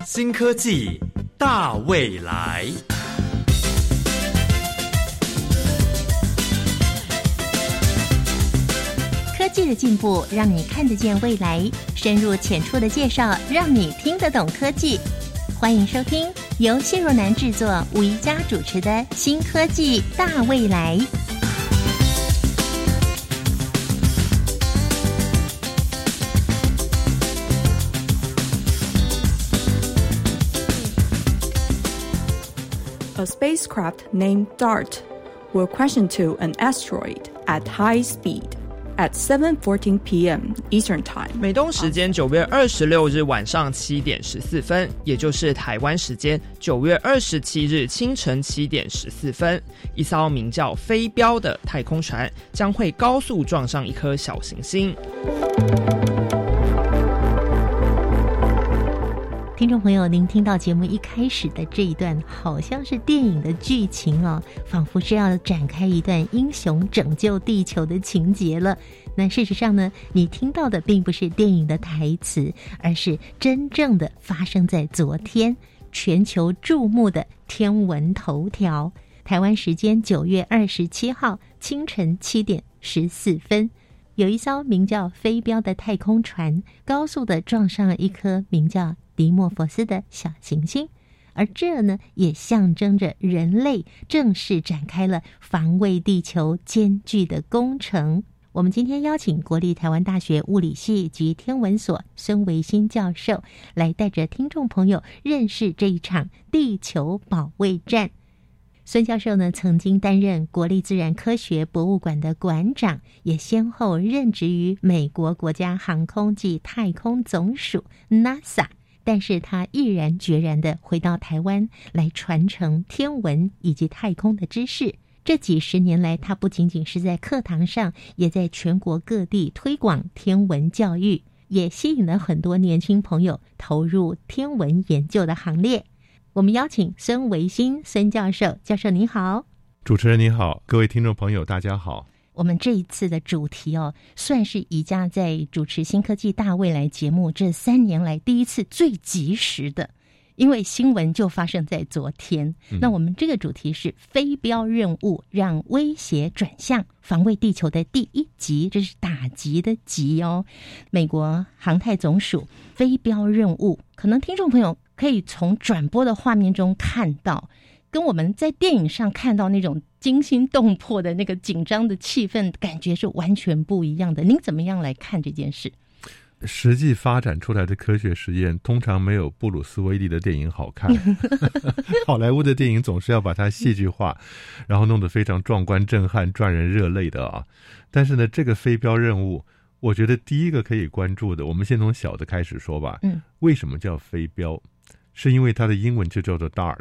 新科技大未来。 科技的进步让你看得见未来，深入浅出的介绍让你听得懂科技。欢迎收听由谢若男制作、吴宜佳主持的《新科技大未来》。 A spacecraft named DART will crash into an asteroid at high speed at 7:14 p.m. Eastern Time. 美东时间9月26日晚上7点14分，也就是台湾时间9月27日清晨7点14分，一艘名叫飞镖的太空船将会高速撞上一颗小行星。 听众朋友，您听到节目一开始的这一段好像是电影的剧情哦，仿佛是要展开一段英雄拯救地球的情节了。那事实上呢，你听到的并不是电影的台词，而是真正的发生在昨天全球注目的天文头条。台湾时间9月27号清晨7点14分，有一艘名叫飞镖的太空船高速的撞上了一颗名叫迪莫佛斯的小行星，而这呢也象征着人类正式展开了防卫地球艰巨的工程。我们今天邀请国立台湾大学物理系及天文所孙维新教授来带着听众朋友认识这一场地球保卫战。孙教授呢曾经担任国立自然科学博物馆的馆长，也先后任职于美国国家航空及太空总署 NASA，但是他毅然决然地回到台湾来传承天文以及太空的知识。这几十年来，他不仅仅是在课堂上，也在全国各地推广天文教育，也吸引了很多年轻朋友投入天文研究的行列。我们邀请孙维新孙教授，教授你好。 主持人你好，各位听众朋友大家好。 我们这一次的主题算是宜家在主持新科技大未来节目这3年来第一次最及时的，因为新闻就发生在昨天。那我们这个主题是飞镖任务让威胁转向防卫地球的第1集，这是打击的击哦。美国航太总署飞镖任务，可能听众朋友可以从转播的画面中看到，跟我们在电影上看到那种惊心动魄的那个紧张的气氛感觉是完全不一样的。您怎么样来看这件事？ 实际发展出来的科学实验通常没有布鲁斯威利的电影好看好莱坞的电影总是要把它戏剧化，然后弄得非常壮观震撼赚人热泪的啊。但是呢，这个飞镖任务我觉得第一个可以关注的，我们先从小的开始说吧。为什么叫飞镖？是因为它的英文就叫做 DART，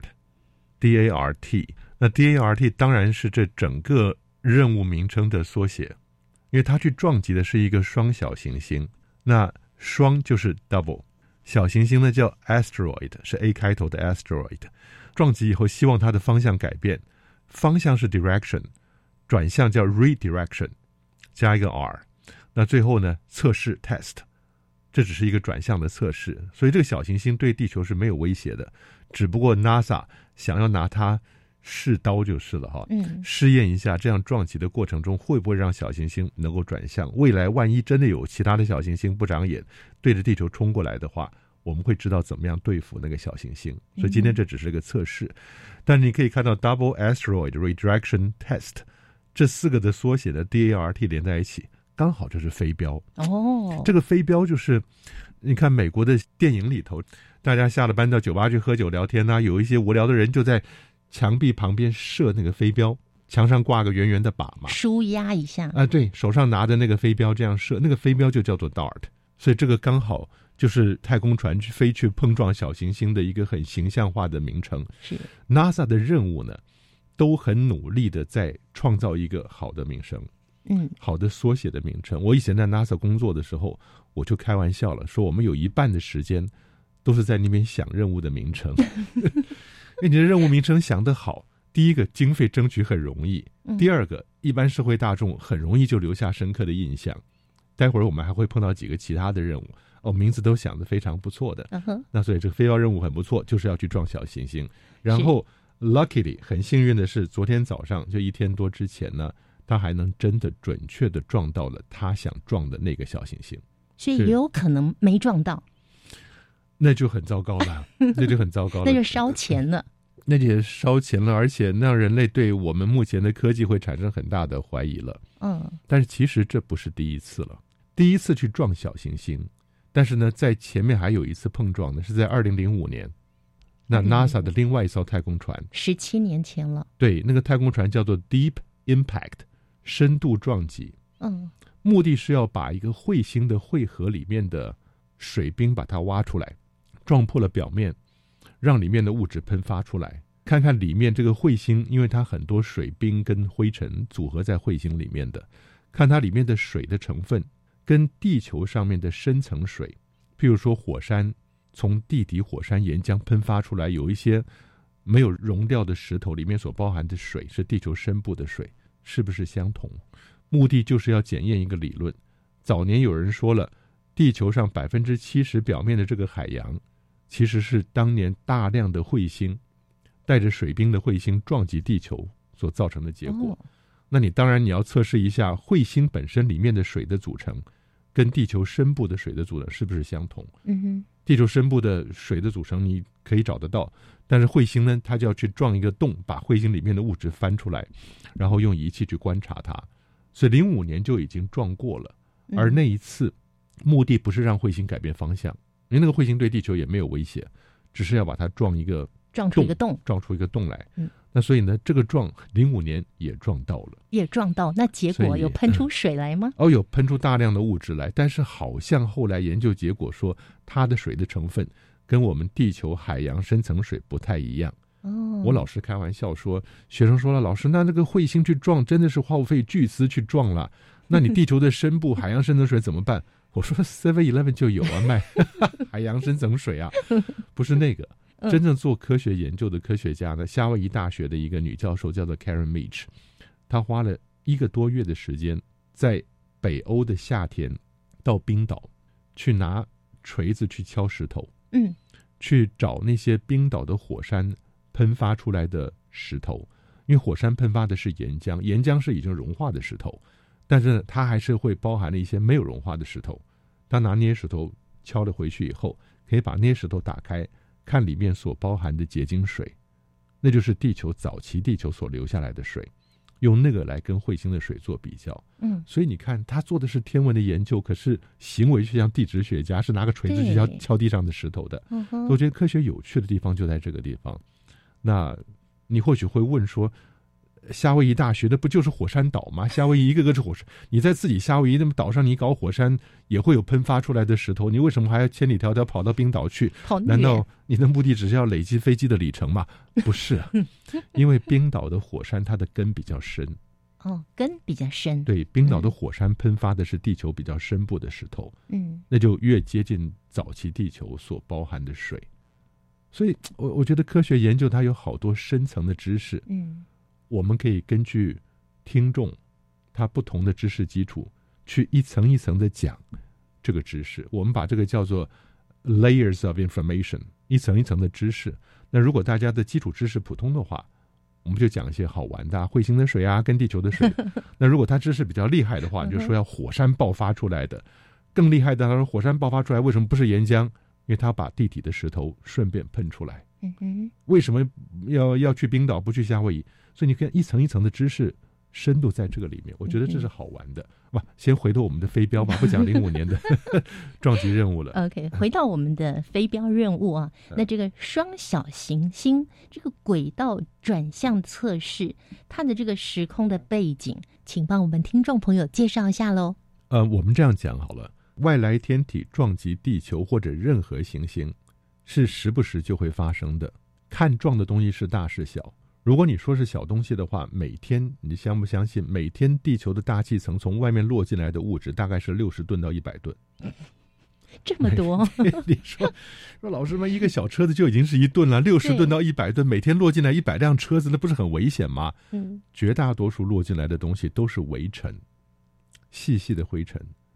D-A-R-T。 那 D-A-R-T 当然是这整个任务名称的缩写，因为它去撞击的是一个双小行星，那双就是 double， 小行星呢叫 asteroid， 是 A 开头的 asteroid。 撞击以后希望它的方向改变，方向是 direction， 转向叫 redirection， 加一个 R。 那最后呢测试 test， 这只是一个转向的测试，所以这个小行星对地球是没有威胁的，只不过 NASA 想要拿它试刀就是了哈，试验一下这样撞击的过程中会不会让小行星能够转向，未来万一真的有其他的小行星不长眼对着地球冲过来的话，我们会知道怎么样对付那个小行星。所以今天这只是个测试，但你可以看到 Double Asteroid Redirection Test 这4个的缩写的 DART 连在一起，刚好就是飞镖这个飞镖就是你看美国的电影里头，大家下了班到酒吧去喝酒聊天有一些无聊的人就在墙壁旁边射那个飞镖，墙上挂个圆圆的靶嘛， 舒压一下对，手上拿着那个飞镖这样射，那个飞镖就叫做 DART。 所以这个刚好就是太空船飞去碰撞小行星的一个很形象化的名称。 是 NASA 的任务呢都很努力的在创造一个好的名声，好的缩写的名称。我以前在 NASA 工作的时候，我就开玩笑了，说我们有一半的时间都是在那边想任务的名称因为你的任务名称想得好，第一个经费争取很容易，第二个一般社会大众很容易就留下深刻的印象。待会儿我们还会碰到几个其他的任务名字都想得非常不错的。那所以这个飞镖任务很不错，就是要去撞小行星。然后 luckily 很幸运的是，昨天早上就1天多之前呢，他还能真的准确的撞到了他想撞的那个小行星。 所以也有可能没撞到， 那就很糟糕了，那就很糟糕了， 那就烧钱了。 那也烧钱了，而且让人类对我们目前的科技会产生很大的怀疑了。但是其实这不是第一次了，第一次去撞小行星，但是呢，在前面还有一次碰撞呢，是在2005年。那 NASA 的另外一艘太空船 ，17年前了。 对，那个太空船叫做 Deep Impact， 深度撞击。目的是要把一个彗星的彗核里面的水冰把它挖出来，撞破了表面，让里面的物质喷发出来，看看里面这个彗星，因为它很多水冰跟灰尘组合在彗星里面的，看它里面的水的成分跟地球上面的深层水，譬如说火山从地底火山岩浆喷发出来，有一些没有溶掉的石头里面所包含的水是地球深部的水，是不是相同？目的就是要检验一个理论。早年有人说了，地球上70%表面的这个海洋其实是当年大量的彗星带着水冰的彗星撞击地球所造成的结果。那你当然你要测试一下彗星本身里面的水的组成跟地球深部的水的组成是不是相同。地球深部的水的组成你可以找得到，但是彗星呢，它就要去撞一个洞，把彗星里面的物质翻出来，然后用仪器去观察它。所以05年就已经撞过了，而那一次目的不是让彗星改变方向，因为那个彗星对地球也没有威胁，只是要把它撞出一个洞来。那所以呢，这个撞05年也撞到了， 那结果有喷出水来吗？ 有喷出大量的物质来，但是好像后来研究结果说，它的水的成分跟我们地球海洋深层水不太一样。我老师开玩笑说，学生说了，老师，那个彗星去撞真的是耗费巨资去撞了，那你地球的深部海洋深层水怎么办？我说 7-Eleven 就有啊，卖海洋深层水啊，不是那个。真正做科学研究的科学家呢，夏威夷大学的一个女教授叫做 Karen Meach， 她花了1个多月的时间，在北欧的夏天到冰岛去拿锤子去敲石头，去找那些冰岛的火山喷发出来的石头，因为火山喷发的是岩浆，岩浆是已经融化的石头，但是呢，它还是会包含了一些没有融化的石头。他拿捏石头敲了回去以后，可以把捏石头打开，看里面所包含的结晶水，那就是早期地球所留下来的水，用那个来跟彗星的水做比较。所以你看他做的是天文的研究，可是行为却像地质学家，是拿个锤子去敲地上的石头的。我觉得科学有趣的地方就在这个地方。那你或许会问说，夏威夷大学的不就是火山岛吗？夏威夷一个个是火山，你在自己夏威夷那么岛上，你搞火山也会有喷发出来的石头，你为什么还要千里迢迢跑到冰岛去？难道你的目的只是要累积飞机的里程吗？不是，因为冰岛的火山它的根比较深。 根比较深。对， 冰岛的火山喷发的是地球比较深部的石头，那就越接近早期地球所包含的水。所以我觉得科学研究它有好多深层的知识，我们可以根据听众他不同的知识基础去一层一层的讲这个知识，我们把这个叫做 layers of information， 一层一层的知识。那如果大家的基础知识普通的话，我们就讲一些好玩的彗星的水啊，跟地球的水。那如果他知识比较厉害的话，你就说要火山爆发出来的，更厉害的他说火山爆发出来为什么不是岩浆？因为他把地底的石头顺便喷出来。为什么要去冰岛不去夏威夷？所以你看一层一层的知识深度在这个里面，我觉得这是好玩的。先回到我们的飞镖吧，不讲05年的撞击任务了。 OK， 回到我们的飞镖任务啊，那这个双小行星这个轨道转向测试，它的这个时空的背景，请帮我们听众朋友介绍一下喽。 我们这样讲好了，外来天体撞击地球或者任何行星是时不时就会发生的，看撞的东西是大是小。如果你说是小东西的话，每天你相不相信，每天地球的大气层从外面落进来的物质大概是60吨到100吨， 这么多？ 你说老师们，一个小车子就已经是1吨了，60吨到100吨，每天落进来100辆车子，那不是很危险吗？绝大多数落进来的东西都是微尘，细细的灰尘，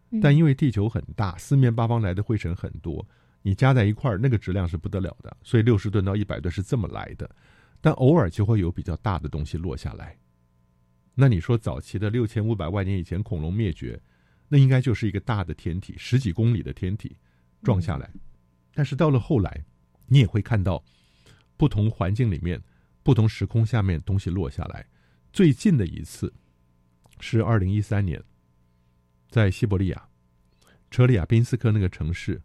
但因为地球很大，四面八方来的灰尘很多，你加在一块儿，那个质量是不得了的，所以60吨到100吨是这么来的。但偶尔就会有比较大的东西落下来。那你说早期的6500万年以前恐龙灭绝，那应该就是一个大的天体，10几公里的天体撞下来。但是到了后来，你也会看到不同环境里面不同时空下面东西落下来。最近的一次是2013年在西伯利亚车里亚宾斯克那个城市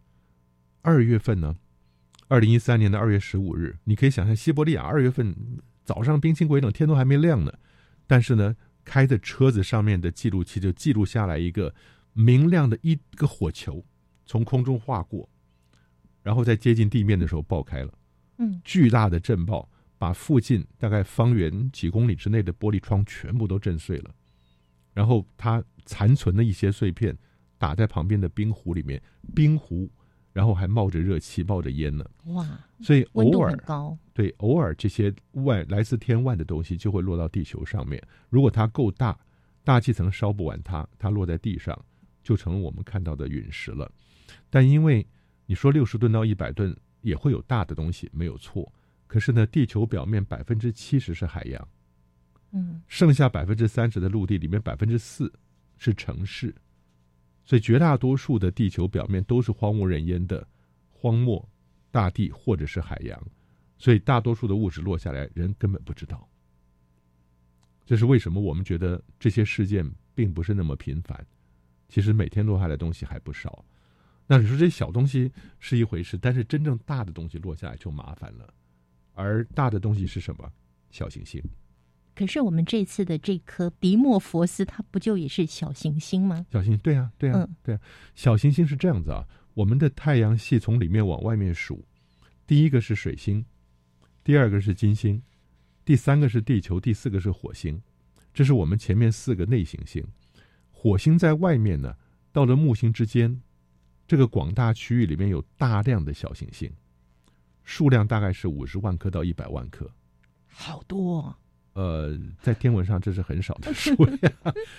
，2月份呢，2013年的2月15日，你可以想象西伯利亚2月份早上冰清鬼冷，天都还没亮呢，但是呢开的车子上面的记录器就记录下来一个明亮的一个火球从空中划过，然后在接近地面的时候爆开了，巨大的震爆把附近大概方圆几公里之内的玻璃窗全部都震碎了，然后它残存的一些碎片打在旁边的冰湖里面，冰湖然后还冒着热气冒着烟呢。 哇！ 所以温度很高。 对，偶尔这些来自天外的东西就会落到地球上面，如果它够大，大气层烧不完它落在地上就成了我们看到的陨石了。但因为你说60吨到100吨也会有大的东西，没有错，可是呢地球表面70%是海洋，剩下30%的陆地里面4%是城市，所以绝大多数的地球表面都是荒无人烟的荒漠大地或者是海洋，所以大多数的物质落下来人根本不知道。这是为什么我们觉得这些事件并不是那么频繁，其实每天落下来的东西还不少。那你说这些小东西是一回事，但是真正大的东西落下来就麻烦了。而大的东西是什么？小行星。 可是我们这次的这颗迪莫佛斯，它不就也是小行星吗？ 小行星，对啊。小行星是这样子啊，我们的太阳系从里面往外面数，第一个是水星，第二个是金星，第三个是地球，第四个是火星，这是我们前面4个内行星。火星在外面呢，到了木星之间，这个广大区域里面有大量的小行星，数量大概是50万颗到100万颗， 好多哦。 在天文上这是很少的数量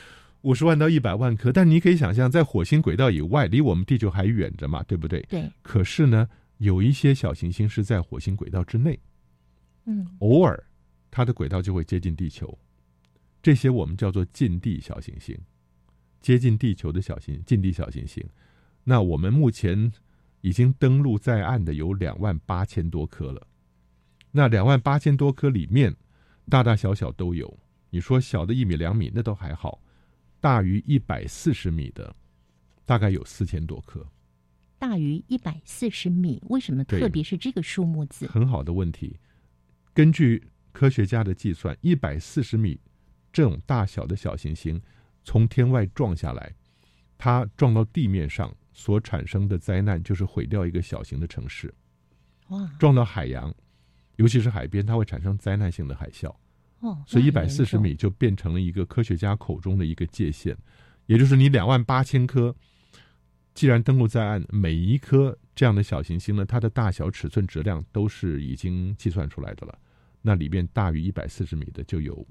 ，50万到100万颗。但你可以想象，在火星轨道以外，离我们地球还远着嘛，对不对？ 对。 可是呢，有一些小行星是在火星轨道之内，偶尔它的轨道就会接近地球，这些我们叫做近地小行星，接近地球的近地小行星。那我们目前已经登陆在岸的有28000多颗了。那28000多颗里面，大大小小都有。你说小的1米2米那都还好，大于140米的大概有4000多颗。 大于140米，为什么特别是这个数目字？ 很好的问题。根据科学家的计算，140米这种大小的小行星从天外撞下来，它撞到地面上所产生的灾难就是毁掉一个小型的城市。 哇！ 撞到海洋，尤其是海边，它会产生灾难性的海啸。所以140米就变成了一个科学家口中的一个界限，也就是你28000颗，既然登陆在岸，每一颗这样的小行星呢，它的大小、尺寸、质量都是已经计算出来的了。那里面大于140米的就有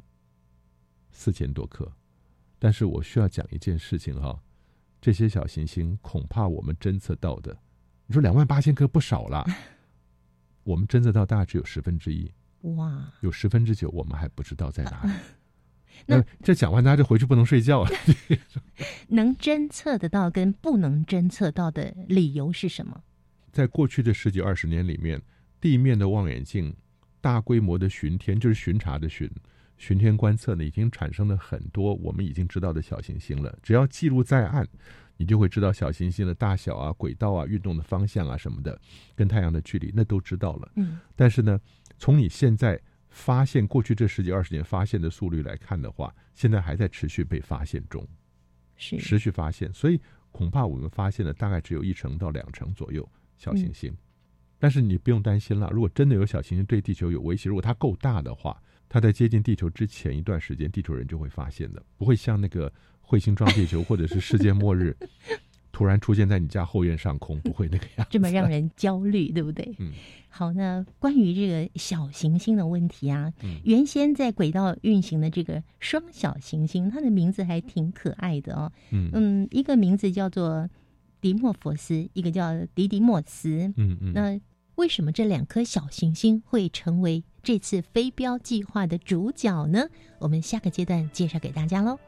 4000多颗。但是我需要讲一件事情哈，这些小行星恐怕我们侦测到的，你说28000颗不少了，我们侦测到大概只有1/10。 哇， 有9%我们还不知道在哪里。那这讲完大家就回去不能睡觉了。 能侦测得到跟不能侦测到的理由是什么？ 在过去的10几20年里面，地面的望远镜大规模的巡天，就是巡查的巡天观测呢，已经产生了很多我们已经知道的小行星了。只要记录在岸，你就会知道小行星的大小啊、轨道啊、运动的方向啊什么的，跟太阳的距离那都知道了。但是呢，从你现在发现过去这10几20年发现的速率来看的话，现在还在持续被发现中，是持续发现，所以恐怕我们发现的大概只有1成到2成左右小行星。但是你不用担心了，如果真的有小行星对地球有威胁，如果它够大的话，它在接近地球之前一段时间，地球人就会发现的，不会像那个彗星撞地球或者是世界末日突突然出现在你家后院上空，不会那个样子， 这么让人焦虑，对不对？好，那关于这个小行星的问题啊，原先在轨道运行的这个双小行星，它的名字还挺可爱的哦。一个名字叫做迪莫佛斯，一个叫迪迪莫斯。那为什么这2颗小行星会成为这次飞镖计划的主角呢？我们下个阶段介绍给大家喽。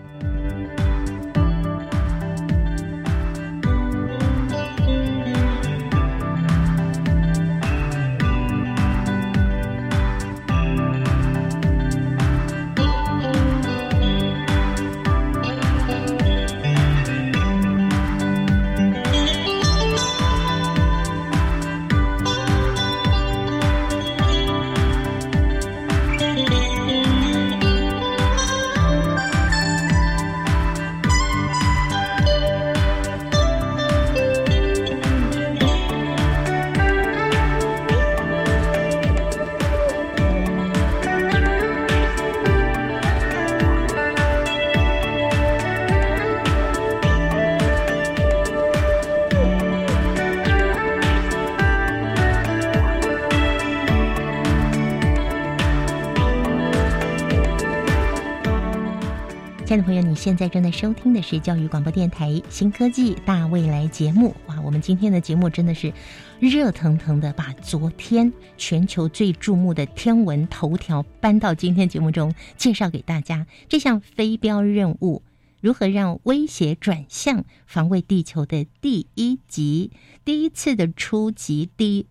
亲爱的朋友，你现在正在收听的是教育广播电台新科技大未来节目。哇，我们今天的节目真的是热腾腾的，把昨天全球最注目的天文头条搬到今天节目中，介绍给大家这项飞镖任务如何让威胁转向防卫地球的第一集，第一次的初级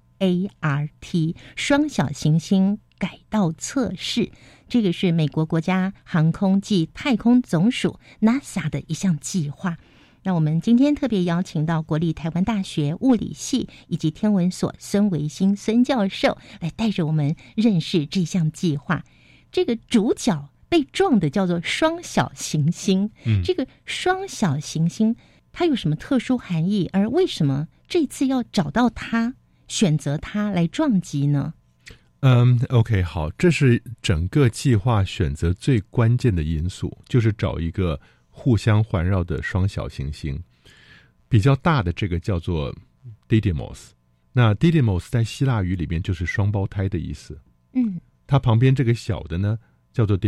DART 双小行星改道测试，这个是美国国家航空暨太空总署 NASA 的一项计划。那我们今天特别邀请到国立台湾大学物理系以及天文所孙维新孙教授来带着我们认识这项计划。这个主角被撞的叫做双小行星，这个双小行星它有什么特殊含义？而为什么这次要找到它，选择它来撞击呢 ？OK， 好，这是整个计划选择最关键的因素，就是找一个互相环绕的双小行星。比较大的这个叫做 Didymos， 那 Didymos 在希腊语里面就是双胞胎的意思。它旁边这个小的呢叫做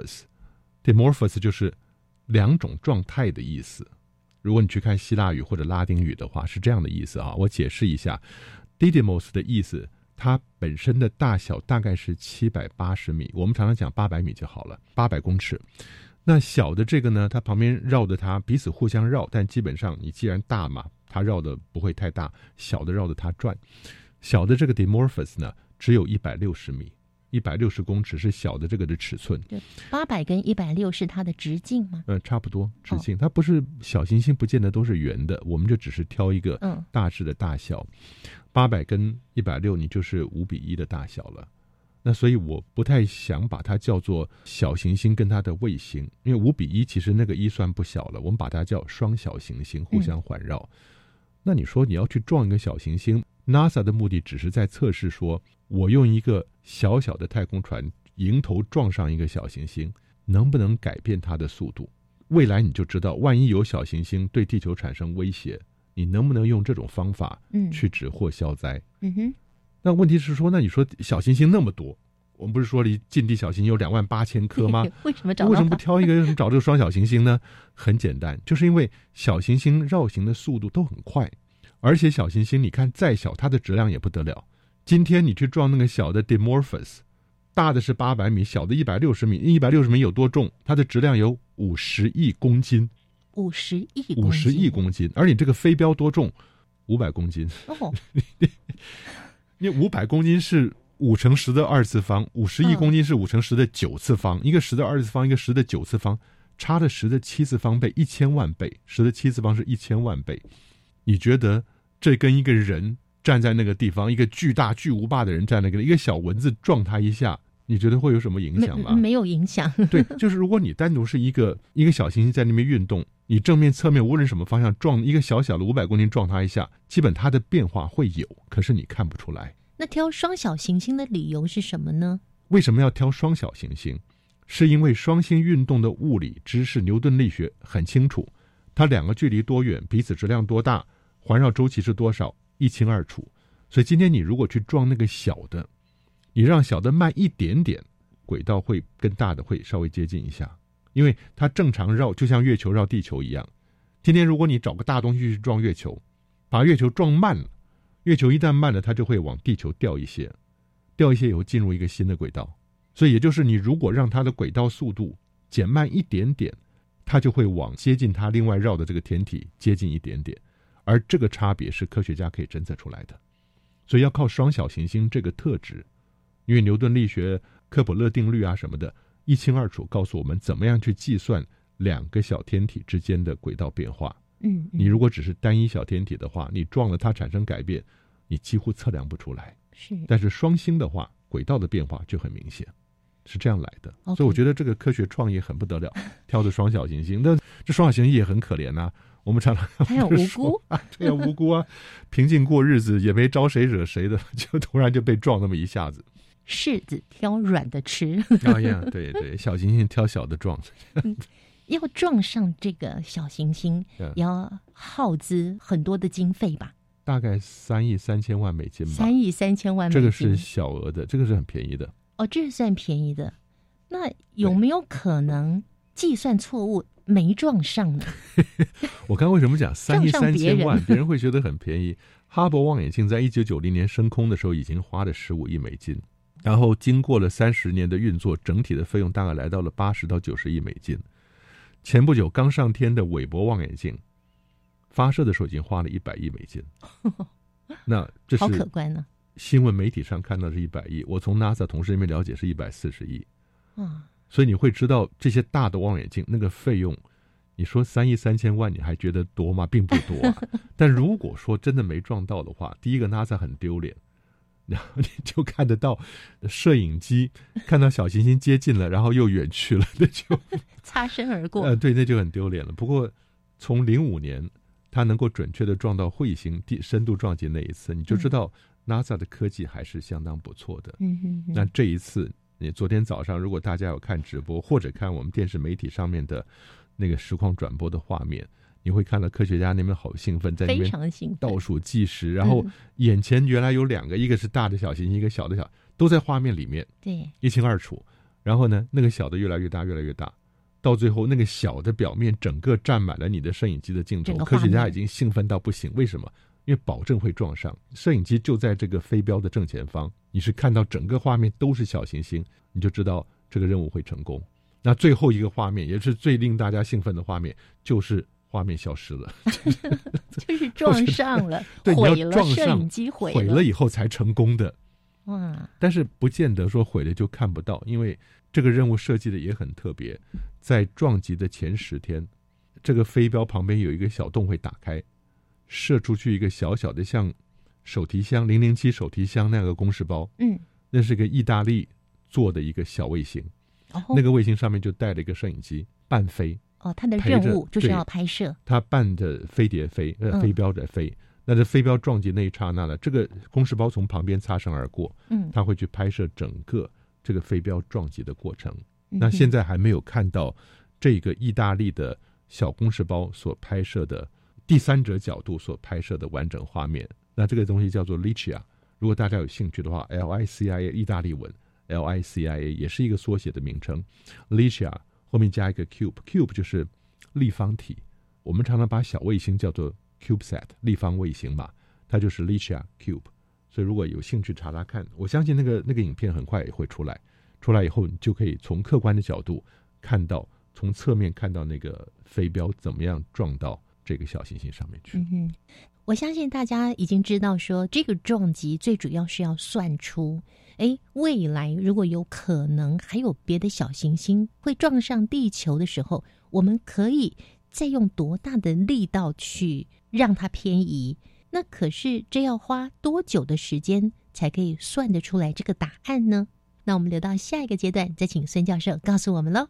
Dimorphos 就是2种状态的意思。如果你去看希腊语或者拉丁语的话，是这样的意思啊。我解释一下 Didymos 的意思，它本身的大小大概是780米，我们常常讲800米就好了，800公尺。那小的这个呢，它旁边绕着它彼此互相绕，但基本上你既然大嘛，它绕的不会太大，小的绕着它转。小的这个 Dimorphos 呢，只有160米，160公尺是小的这个的尺寸。 对，800跟160是它的直径吗？ 差不多直径。它不是小行星，不见得都是圆的，我们就只是挑一个大致的大小。800跟160，你就是5:1的大小了。那所以我不太想把它叫做小行星跟它的卫星，因为5:1其实那个1算不小了，我们把它叫双小行星互相环绕。那你说你要去撞一个小行星， NASA 的目的只是在测试说，我用一个小小的太空船迎头撞上一个小行星，能不能改变它的速度？未来你就知道，万一有小行星对地球产生威胁，你能不能用这种方法去止祸消灾？那问题是说，那你说小行星那么多，我们不是说离近地小行星有28000颗吗？ 为什么不挑一个？为什么找这个双小行星呢？很简单，就是因为小行星绕行的速度都很快，而且小行星你看再小，它的质量也不得了。今天你去撞那个小的 Dimorphos， 大的是800米，小的160米，160米有多重？它的质量有50亿公斤。 50亿公斤， 而你这个飞镖多重？500公斤。因为500公斤是5乘10的2次方，50亿公斤是5乘10的9次方，一个10的2次方，一个10的9次方，差了10的7次方倍，1000万倍，10的7次方是1000万倍。你觉得这跟一个人站在那个地方，一个巨大巨无霸的人站那个，一个小蚊子撞他一下，你觉得会有什么影响吗？ 没有影响。 对，就是如果你单独是一个小行星在那边运动，你正面侧面无论什么方向撞一个小小的500公斤撞它一下，基本它的变化会有，可是你看不出来。 那挑双小行星的理由是什么呢？ 为什么要挑双小行星？是因为双星运动的物理知识，牛顿力学很清楚， 它两个距离多远，彼此质量多大，环绕周期是多少，一清二楚。所以今天你如果去撞那个小的，你让小的慢一点点，轨道会跟大的会稍微接近一下，因为它正常绕就像月球绕地球一样。今天如果你找个大东西去撞月球，把月球撞慢了，月球一旦慢了，它就会往地球掉一些以后进入一个新的轨道。所以也就是你如果让它的轨道速度减慢一点点，它就会往接近它另外绕的这个天体接近一点点，而这个差别是科学家可以侦测出来的。所以要靠双小行星这个特质，因为牛顿力学、科普勒定律啊什么的一清二楚告诉我们怎么样去计算两个小天体之间的轨道变化。你如果只是单一小天体的话，你撞了它产生改变，你几乎测量不出来。但是双星的话，轨道的变化就很明显，是这样来的。所以我觉得这个科学创意很不得了，挑的双小行星。那这双小行星也很可怜啊，我们常常他有无辜啊，对啊，无辜啊，平静过日子也没招谁惹谁的，就突然就被撞那么一下子。 柿子挑软的吃。 对对，小行星挑小的撞。 要撞上这个小行星，要耗资很多的经费吧？ 大概3亿3千万美金吧。 3亿3千万美金， 这个是小额的，这个是很便宜的。 哦，这是算便宜的。那有没有可能计算错误没撞上呢？ 我刚为什么讲3亿3千万，别人会觉得很便宜。哈勃望远镜在1990年升空的时候已经花了15亿美金，然后经过了30年的运作，整体的费用大概来到了80到90亿美金。前不久刚上天的韦伯望远镜发射的时候已经花了100亿美金。那这是好可观呢。 新闻媒体上看到是100亿，我从 NASA 同事那边了解是140亿。所以你会知道这些大的望远镜那个费用，你说3亿3千万你还觉得多吗？并不多啊。但如果说真的没撞到的话，第一个 NASA 很丢脸，然后你就看得到摄影机看到小行星接近了，然后又远去了，那就擦身而过。 对，那就很丢脸了。不过从05年它能够准确的撞到彗星深度撞击那一次，你就知道 NASA 的科技还是相当不错的。那这一次你昨天早上如果大家有看直播或者看我们电视媒体上面的那个实况转播的画面，你会看到科学家那边好兴奋，在那边倒数计时，然后眼前原来有2个，一个是大的小行星，一个小的都在画面里面， 对， 一清二楚。然后呢，那个小的越来越大，越来越大，到最后那个小的表面整个占满了你的摄影机的镜头，科学家已经兴奋到不行。为什么？因为保证会撞上，摄影机就在这个飞镖的正前方，你是看到整个画面都是小行星，你就知道这个任务会成功。那最后一个画面也是最令大家兴奋的画面，就是画面消失了。 就是撞上了。 对， 毁了， 你要撞上摄影机毁了以后才成功的。 哇！ 但是不见得说毁了就看不到，因为这个任务设计的也很特别。在撞击的前10天，这个飞镖旁边有一个小洞会打开，射出去一个小小的像手提箱007手提箱那个公事包。那是个意大利做的一个小卫星。那个卫星上面就带了一个摄影机半飞。 他的任务就是要拍摄， 他伴着飞碟飞，飞镖在飞。那这飞镖撞击那一刹那呢，这个公事包从旁边擦身而过，他会去拍摄整个这个飞镖撞击的过程。那现在还没有看到这个意大利的小公事包所拍摄的第三者角度所拍摄的完整画面。那这个东西叫做 LICIA， 如果大家有兴趣的话 LICIA 意大利文 LICIA 也是一个缩写的名称。 LICIA 后面加一个 cube 就是立方体，我们常常把小卫星叫做 CubeSat 立方卫星嘛，它就是 LICIA Cube。 所以如果有兴趣查查看，我相信那个影片很快也会出来以后你就可以从客观的角度看到，从侧面看到那个飞镖怎么样撞到这个小行星上面去。 我相信大家已经知道说这个撞击最主要是要算出未来如果有可能还有别的小行星会撞上地球的时候，我们可以再用多大的力道去让它偏移。那可是这要花多久的时间才可以算得出来这个答案呢？那我们留到下一个阶段再请孙教授告诉我们咯。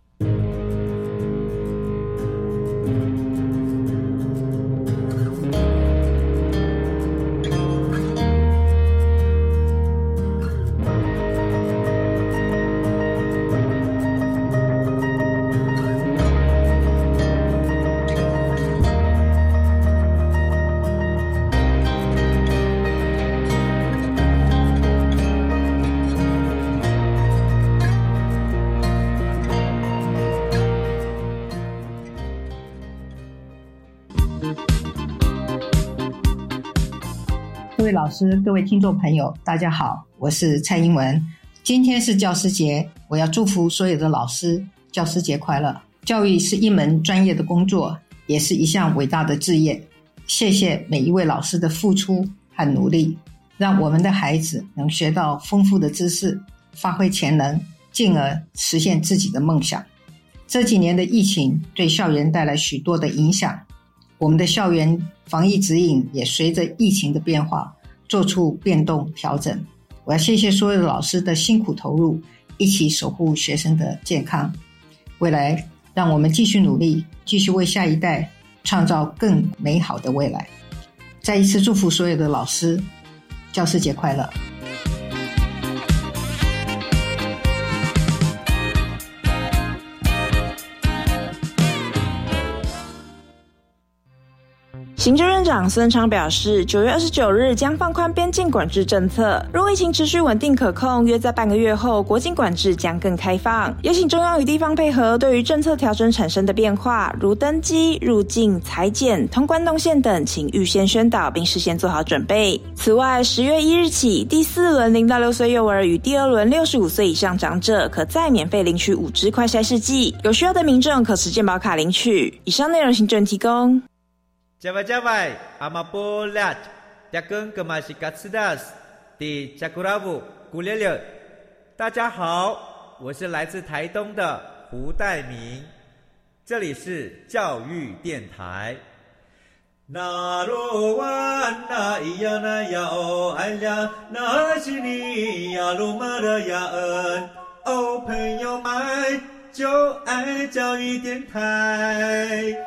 各位老师，各位听众朋友，大家好，我是蔡英文。今天是教师节，我要祝福所有的老师，教师节快乐。教育是一门专业的工作，也是一项伟大的志业。谢谢每一位老师的付出和努力，让我们的孩子能学到丰富的知识，发挥潜能，进而实现自己的梦想。这几年的疫情对校园带来许多的影响，我们的校园防疫指引也随着疫情的变化做出变动调整。我要谢谢所有的老师的辛苦投入，一起守护学生的健康。未来让我们继续努力，继续为下一代创造更美好的未来。再一次祝福所有的老师，教师节快乐。 行政院长孙昌表示，9月29日将放宽边境管制政策，如果疫情持续稳定可控，约在半个月后，国境管制将更开放。也请中央与地方配合，对于政策调整产生的变化，如登机、入境、采检、通关动线等，请预先宣导并事先做好准备。此外，10月1日起，第4轮0到6岁幼儿与第2轮65岁以上长者可再免费领取5支快筛试剂，有需要的民众可持健保卡领取。以上内容行政提供。 Jawai, Amapolat, Jakun Kemasikatsidas, di Jakuravu, Gulele。大家好，我是来自台东的胡代明，这里是教育电台。那罗哇那咿呀那呀哦哎呀，那是你呀鲁玛的呀恩哦，朋友们就爱教育电台。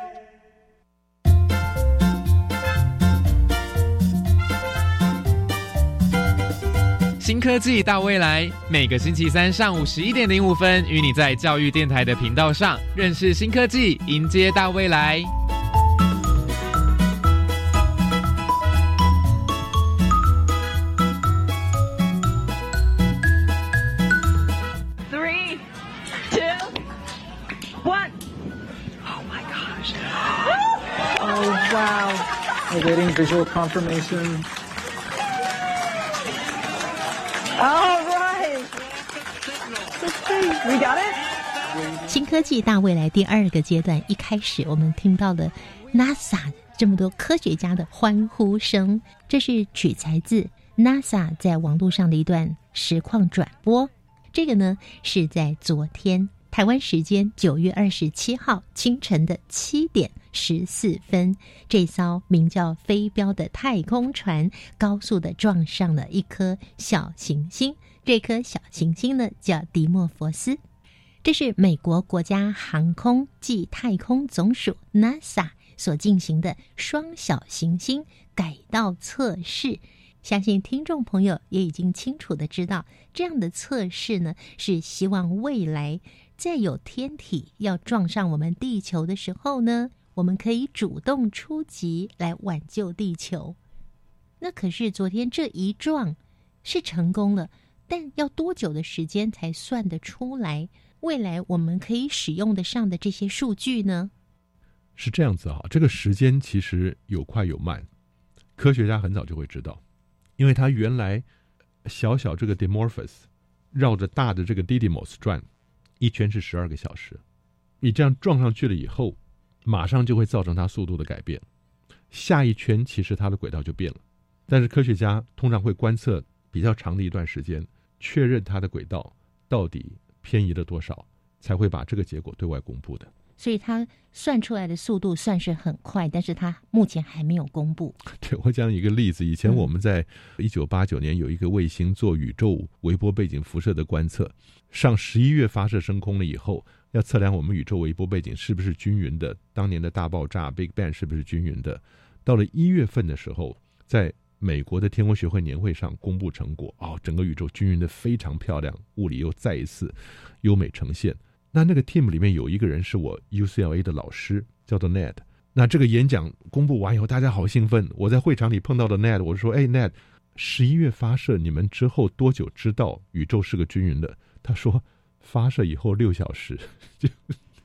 新科技大未来，每个星期三上午11点05分，与你在教育电台的频道上认识新科技，迎接大未来。 3, 2, 1. Oh my gosh. Oh wow. Awaiting visual confirmation. All right. We got it? 新科技大未来第2个阶段，一开始我们听到了 NASA 这么多科学家的欢呼声，这是取材自 NASA 在网络上的一段实况转播。这个呢是在昨天台湾时间9月27号清晨的7点14分，这艘名叫飞镖的太空船高速的撞上了一颗小行星，这颗小行星呢叫迪莫佛斯。这是美国国家航空暨太空总署 NASA 所进行的双小行星改道测试。相信听众朋友也已经清楚的知道，这样的测试呢是希望未来在有天体要撞上我们地球的时候呢，我们可以主动出击来挽救地球。那可是昨天这一撞是成功了，但要多久的时间才算得出来未来我们可以使用得上的这些数据呢？ 是这样子啊，这个时间其实有快有慢，科学家很早就会知道，因为它原来小小这个 Dimorphos 绕着大的这个 Didymos 转一圈是12个小时，你这样撞上去了以后，马上就会造成它速度的改变，下一圈其实它的轨道就变了，但是科学家通常会观测比较长的一段时间，确认它的轨道到底偏移了多少，才会把这个结果对外公布的。 所以它算出来的速度算是很快，但是它目前还没有公布。 对，我讲一个例子，以前我们在1989年有一个卫星做宇宙微波背景辐射的观测，上11月发射升空了以后，要测量我们宇宙微波背景是不是均匀的，当年的大爆炸 Big Bang 是不是均匀的。到了1月份的时候，在美国的天文学会年会上公布成果，整个宇宙均匀的非常漂亮，物理又再一次优美呈现。那个 team 里面有一个人是我 UCLA 的老师，叫做 Ned。 那这个演讲公布完以后，大家好兴奋，我在会场里碰到的 Ned， 我说Ned， 11月发射，你们之后多久知道宇宙是个均匀的？他说发射以后6小时，就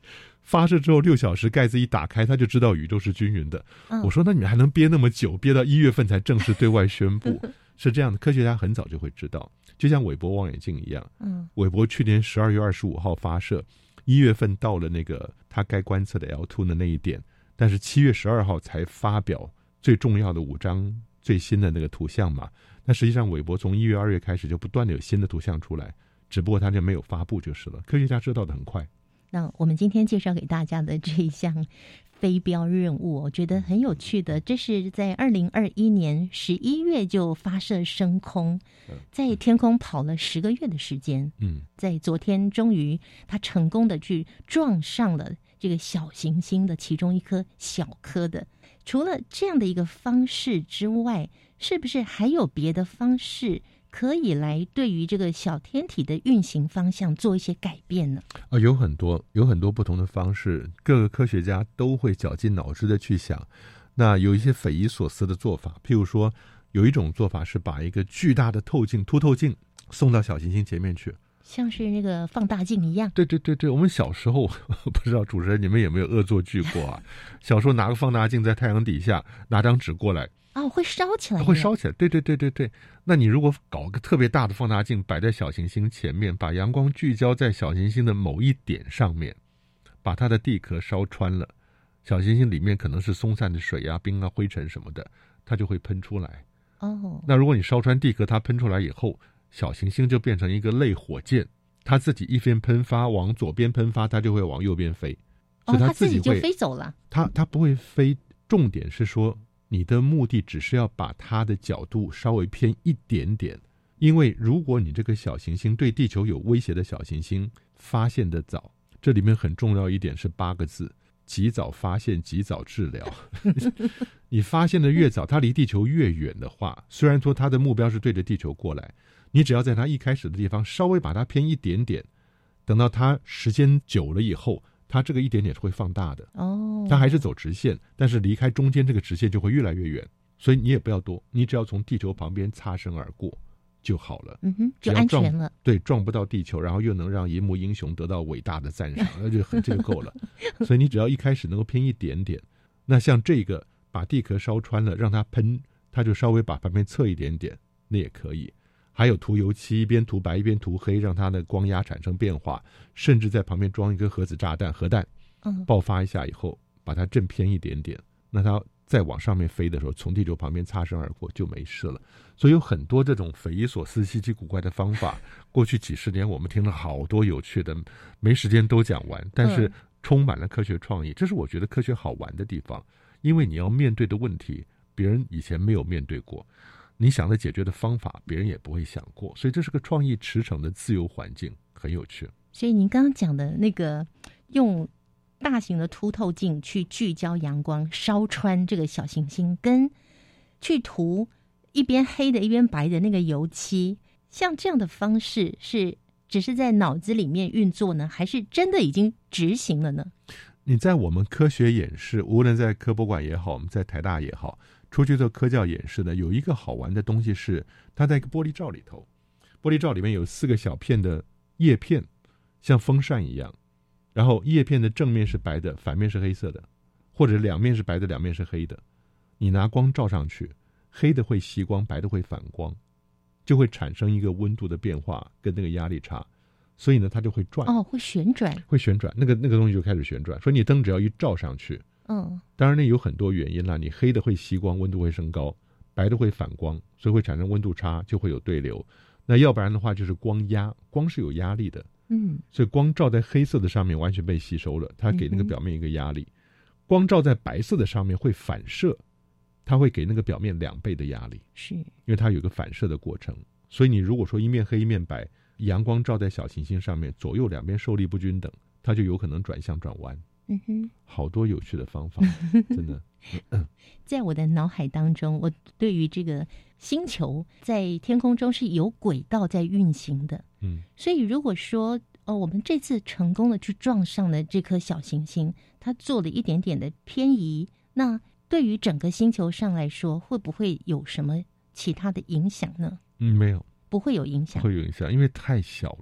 发射之后6小时盖子一打开，它就知道宇宙是均匀的。我说那你们还能憋那么久，憋到1月份才正式对外宣布？是这样的，科学家很早就会知道，就像韦伯望远镜一样。韦伯去年12月25号发射，1月份到了那个他该观测的 L2 的那一点，但是7月12号才发表最重要的5张最新的那个图像嘛。那实际上韦伯从1月2月开始就不断的有新的图像出来，只不过他就没有发布就是了。科学家知道的很快。 那我们今天介绍给大家的这一项飞镖任务，我觉得很有趣的，这是在2021年11月就发射升空，在天空跑了10个月的时间。在昨天终于他成功的去撞上了这个小行星的其中一颗小颗的。除了这样的一个方式之外，是不是还有别的方式可以来对于这个小天体的运行方向做一些改变呢？ 有很多不同的方式，各个科学家都会绞尽脑汁的去想。那有一些匪夷所思的做法，譬如说有一种做法是把一个巨大的凸透镜送到小行星前面去， 像是那个放大镜一样。 对，我们小时候不知道主持人你们有没有恶作剧过啊？小时候拿个放大镜在太阳底下，拿张纸过来。 会烧起来。 会烧起来，对。那你如果搞个特别大的放大镜摆在小行星前面，把阳光聚焦在小行星的某一点上面，把它的地壳烧穿了，小行星里面可能是松散的水啊、冰啊、灰尘什么的，它就会喷出来。那如果你烧穿地壳，它喷出来以后，小行星就变成一个类火箭，它自己一边喷发往左边喷发，它就会往右边飞。所以它自己就飞走了。 它不会飞，重点是说你的目的只是要把它的角度稍微偏一点点，因为如果你这个小行星对地球有威胁的小行星发现的早，这里面很重要一点是8个字：及早发现，及早治疗。你发现的越早，它离地球越远的话，虽然说它的目标是对着地球过来，你只要在它一开始的地方稍微把它偏一点点，等到它时间久了以后，它这个一点点是会放大的。它还是走直线，但是离开中间这个直线就会越来越远。所以你也不要多，你只要从地球旁边擦身而过就好了。 就安全了。 对，撞不到地球，然后又能让银幕英雄得到伟大的赞赏，那就这个够了。所以你只要一开始能够偏一点点，那像这个把地壳烧穿了，让它喷，它就稍微把旁边侧一点点，那也可以。还有涂油漆，一边涂白一边涂黑，让它的光压产生变化，甚至在旁边装一个核子炸弹，核弹爆发一下以后，把它震偏一点点，那它再往上面飞的时候，从地球旁边擦身而过就没事了。所以有很多这种匪夷所思、稀奇古怪的方法，过去几十年我们听了好多有趣的，没时间都讲完，但是充满了科学创意。这是我觉得科学好玩的地方，因为你要面对的问题，别人以前没有面对过。你想的解决的方法，别人也不会想过，所以这是个创意驰骋的自由环境，很有趣。 所以您刚刚讲的那个用大型的凸透镜去聚焦阳光，烧穿这个小行星，跟去涂一边黑的一边白的那个油漆，像这样的方式是只是在脑子里面运作呢，还是真的已经执行了呢？ 你在我们科学演示，无论在科博馆也好，我们在台大也好，出去做科教演示的，有一个好玩的东西是，它在一个玻璃罩里头，玻璃罩里面有4个小片的叶片，像风扇一样，然后叶片的正面是白的，反面是黑色的，或者两面是白的，两面是黑的。你拿光照上去，黑的会吸光，白的会反光，就会产生一个温度的变化跟那个压力差。所以呢，它就会转。 会旋转。会旋转，那个东西就开始旋转。所以你灯只要一照上去，当然那有很多原因啦。你黑的会吸光，温度会升高；白的会反光，所以会产生温度差，就会有对流。那要不然的话就是光压，光是有压力的。所以光照在黑色的上面完全被吸收了，它给那个表面一个压力。光照在白色的上面会反射，它会给那个表面2倍的压力。是，因为它有个反射的过程。所以你如果说一面黑一面白，阳光照在小行星上面，左右两边受力不均等，它就有可能转向转弯。好多有趣的方法，真的。 在我的脑海当中，我对于这个星球在天空中是有轨道在运行的。所以如果说我们这次成功的去撞上了这颗小行星，它做了一点点的偏移，那对于整个星球上来说，会不会有什么其他的影响呢？ 没有。 不会有影响， 会有影响，因为太小了。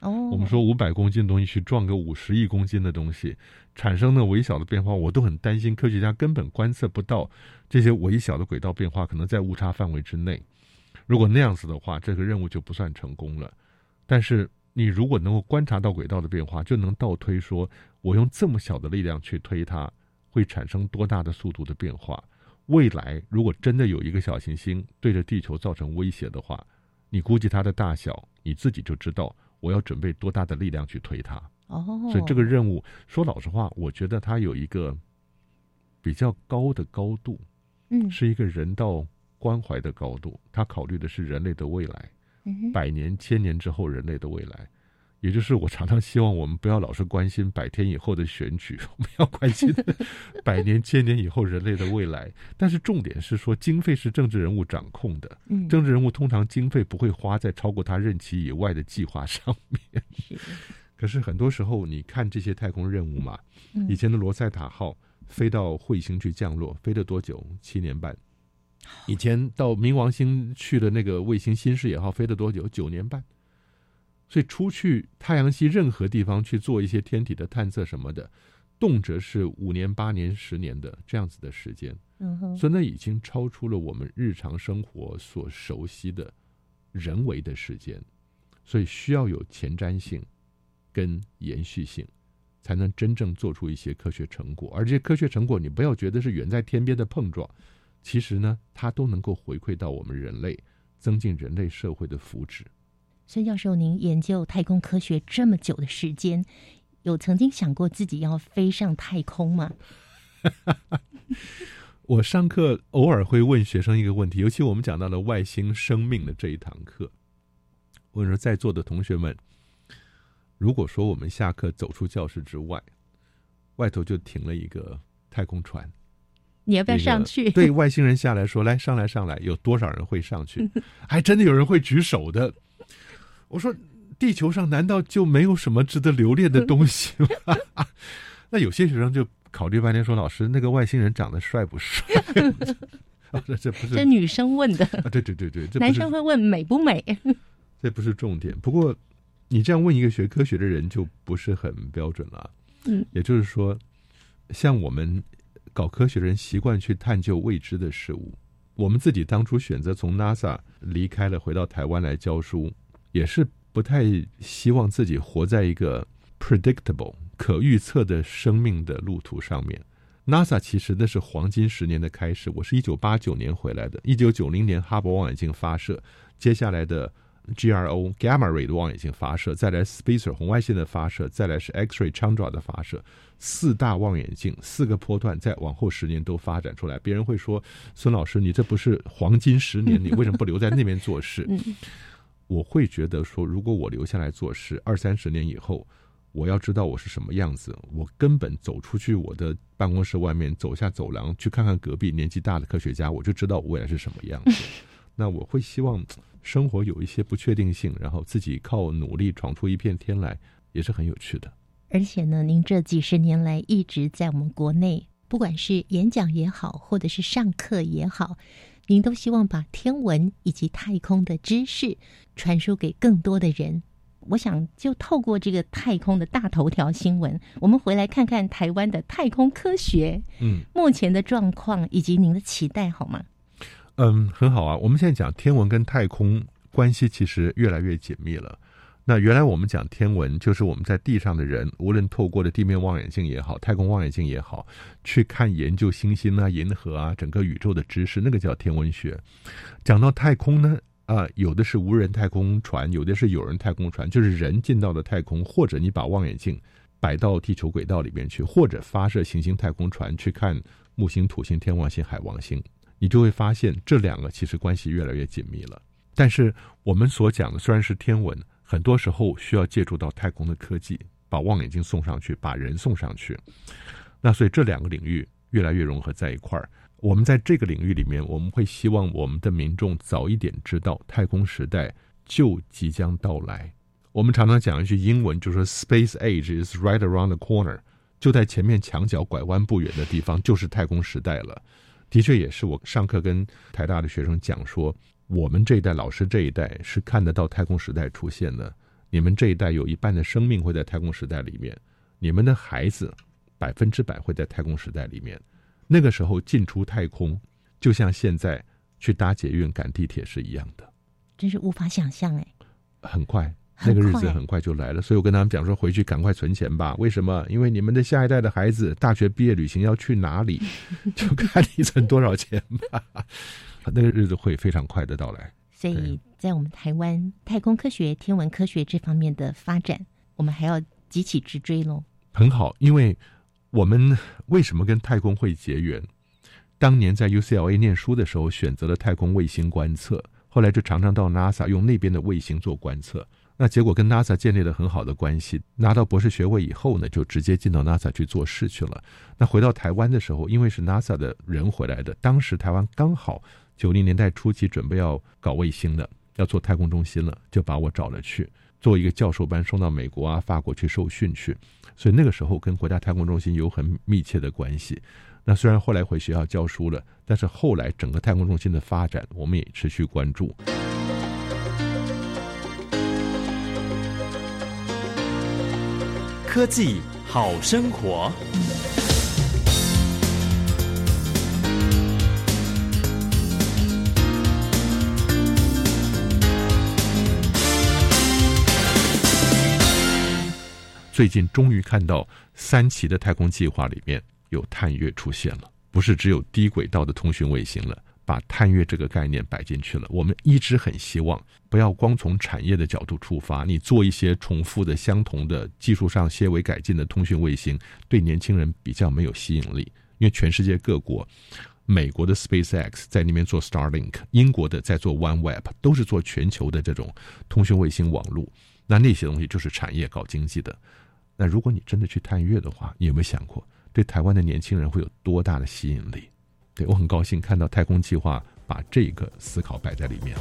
我们说500公斤的东西去撞个50亿公斤的东西，产生的微小的变化，我都很担心科学家根本观测不到这些微小的轨道变化可能在误差范围之内。如果那样子的话，这个任务就不算成功了。但是你如果能够观察到轨道的变化，就能倒推说我用这么小的力量去推它会产生多大的速度的变化。未来如果真的有一个小行星对着地球造成威胁的话，你估计它的大小你自己就知道我要准备多大的力量去推它。所以这个任务说老实话，我觉得它有一个比较高的高度，是一个人道关怀的高度，它考虑的是人类的未来，100年、1000年之后人类的未来。也就是我常常希望我们不要老是关心100天以后的选举，我们要关心100年、1000年以后人类的未来。但是重点是说，经费是政治人物掌控的，政治人物通常经费不会花在超过他任期以外的计划上面。可是很多时候你看这些太空任务嘛，以前的罗塞塔号飞到彗星去降落，飞了多久？7年半。以前到冥王星去的那个卫星新视野号飞了多久？9年半。所以出去太阳系任何地方去做一些天体的探测什么的，动辄是5年、8年、10年的这样子的时间。所以那已经超出了我们日常生活所熟悉的人为的时间，所以需要有前瞻性跟延续性，才能真正做出一些科学成果。而这些科学成果你不要觉得是远在天边的碰撞，其实呢它都能够回馈到我们人类，增进人类社会的福祉。 孙教授，您研究太空科学这么久的时间，有曾经想过自己要飞上太空吗？ 我上课偶尔会问学生一个问题，尤其我们讲到了外星生命的这一堂课，我说在座的同学们，如果说我们下课走出教室之外，外头就停了一个太空船， 你要不要上去？ 对，外星人下来说来上来上来，有多少人会上去？还真的有人会举手的。我说地球上难道就没有什么值得留恋的东西吗？那有些学生就考虑半天说，老师那个外星人长得帅不帅？这不是这女生问的对对对对， 男生会问美不美？ 这不是重点。不过你这样问一个学科学的人就不是很标准了。也就是说像我们搞科学的人习惯去探究未知的事物，我们自己当初选择从 NASA 离开了回到台湾来教书，也是不太希望自己活在一个 predictable 可预测的生命的路途上面。 NASA 其实那是黄金10年的开始，我是1989年回来的，1990年哈勃望远镜发射，接下来的 GRO Gamma Ray 的望远镜发射，再来 Spacer 红外线的发射，再来是 X-ray Chandra 的发射，4大望远镜4个波段再往后10年都发展出来。别人会说，孙老师你这不是黄金10年，你为什么不留在那边做事？我会觉得说，如果我留下来做事，20-30年以后我要知道我是什么样子，我根本走出去我的办公室外面，走下走廊去看看隔壁年纪大的科学家，我就知道我未来是什么样子。那我会希望生活有一些不确定性，然后自己靠努力闯出一片天来，也是很有趣的。 而且呢，您这几10年来一直在我们国内，不管是演讲也好，或者是上课也好，您都希望把天文以及太空的知识传输给更多的人。我想就透过这个太空的大头条新闻，我们回来看看台湾的太空科学目前的状况以及您的期待，好吗？ 很好啊。我们现在讲天文跟太空关系其实越来越紧密了。那原来我们讲天文，就是我们在地上的人，无论透过的地面望远镜也好，太空望远镜也好，去看研究星星啊、银河啊、整个宇宙的知识，那个叫天文学。讲到太空呢，有的是无人太空船，有的是有人太空船，就是人进到了太空，或者你把望远镜摆到地球轨道里面去，或者发射行星太空船去看木星、土星、天王星、海王星，你就会发现这两个其实关系越来越紧密了。但是我们所讲的虽然是天文，很多时候需要借助到太空的科技，把望远镜送上去，把人送上去。那所以这两个领域越来越融合在一块儿。我们在这个领域里面，我们会希望我们的民众早一点知道太空时代就即将到来。我们常常讲一句英文，就是说 Space Age is right around the corner， 就在前面墙角拐弯不远的地方就是太空时代了。的确也是，我上课跟台大的学生讲说，我们这一代老师这一代是看得到太空时代出现的， 你们这一代有一半的生命会在太空时代里面，你们的孩子100%会在太空时代里面。那个时候进出太空就像现在去搭捷运赶地铁是一样的， 真是无法想象哎。 很快那个日子很快就来了，所以我跟他们讲说，回去赶快存钱吧。为什么？因为你们的下一代的孩子大学毕业旅行要去哪里，就看你存多少钱吧。那个日子会非常快的到来。 所以在我们台湾太空科学、天文科学这方面的发展，我们还要急起直追咯。 很好，因为我们为什么跟太空会结缘？当年在 UCLA 念书的时候，选择了太空卫星观测，后来就常常到 NASA 用那边的卫星做观测。那结果跟 NASA 建立了很好的关系，拿到博士学位以后呢，就直接进到 NASA 去做事去了。那回到台湾的时候，因为是 NASA 的人回来的，当时台湾刚好90年代初期准备要搞卫星了，要做太空中心了，就把我找了去做一个教授班，送到美国啊、法国去受训去。所以那个时候跟国家太空中心有很密切的关系。那虽然后来回学校教书了，但是后来整个太空中心的发展我们也持续关注。 科技好生活。 最近终于看到3期的太空计划里面有探月出现了，不是只有低轨道的通讯卫星了，把探月这个概念摆进去了。我们一直很希望不要光从产业的角度出发，你做一些重复的相同的技术上些微改进的通讯卫星对年轻人比较没有吸引力。因为全世界各国，美国的 SpaceX 在那边做 Starlink， 英国的在做 OneWeb， 都是做全球的这种通讯卫星网络。那些东西就是产业搞经济的。那如果你真的去探月的话，你有没有想过对台湾的年轻人会有多大的吸引力？对，我很高兴看到太空计划把这个思考摆在里面。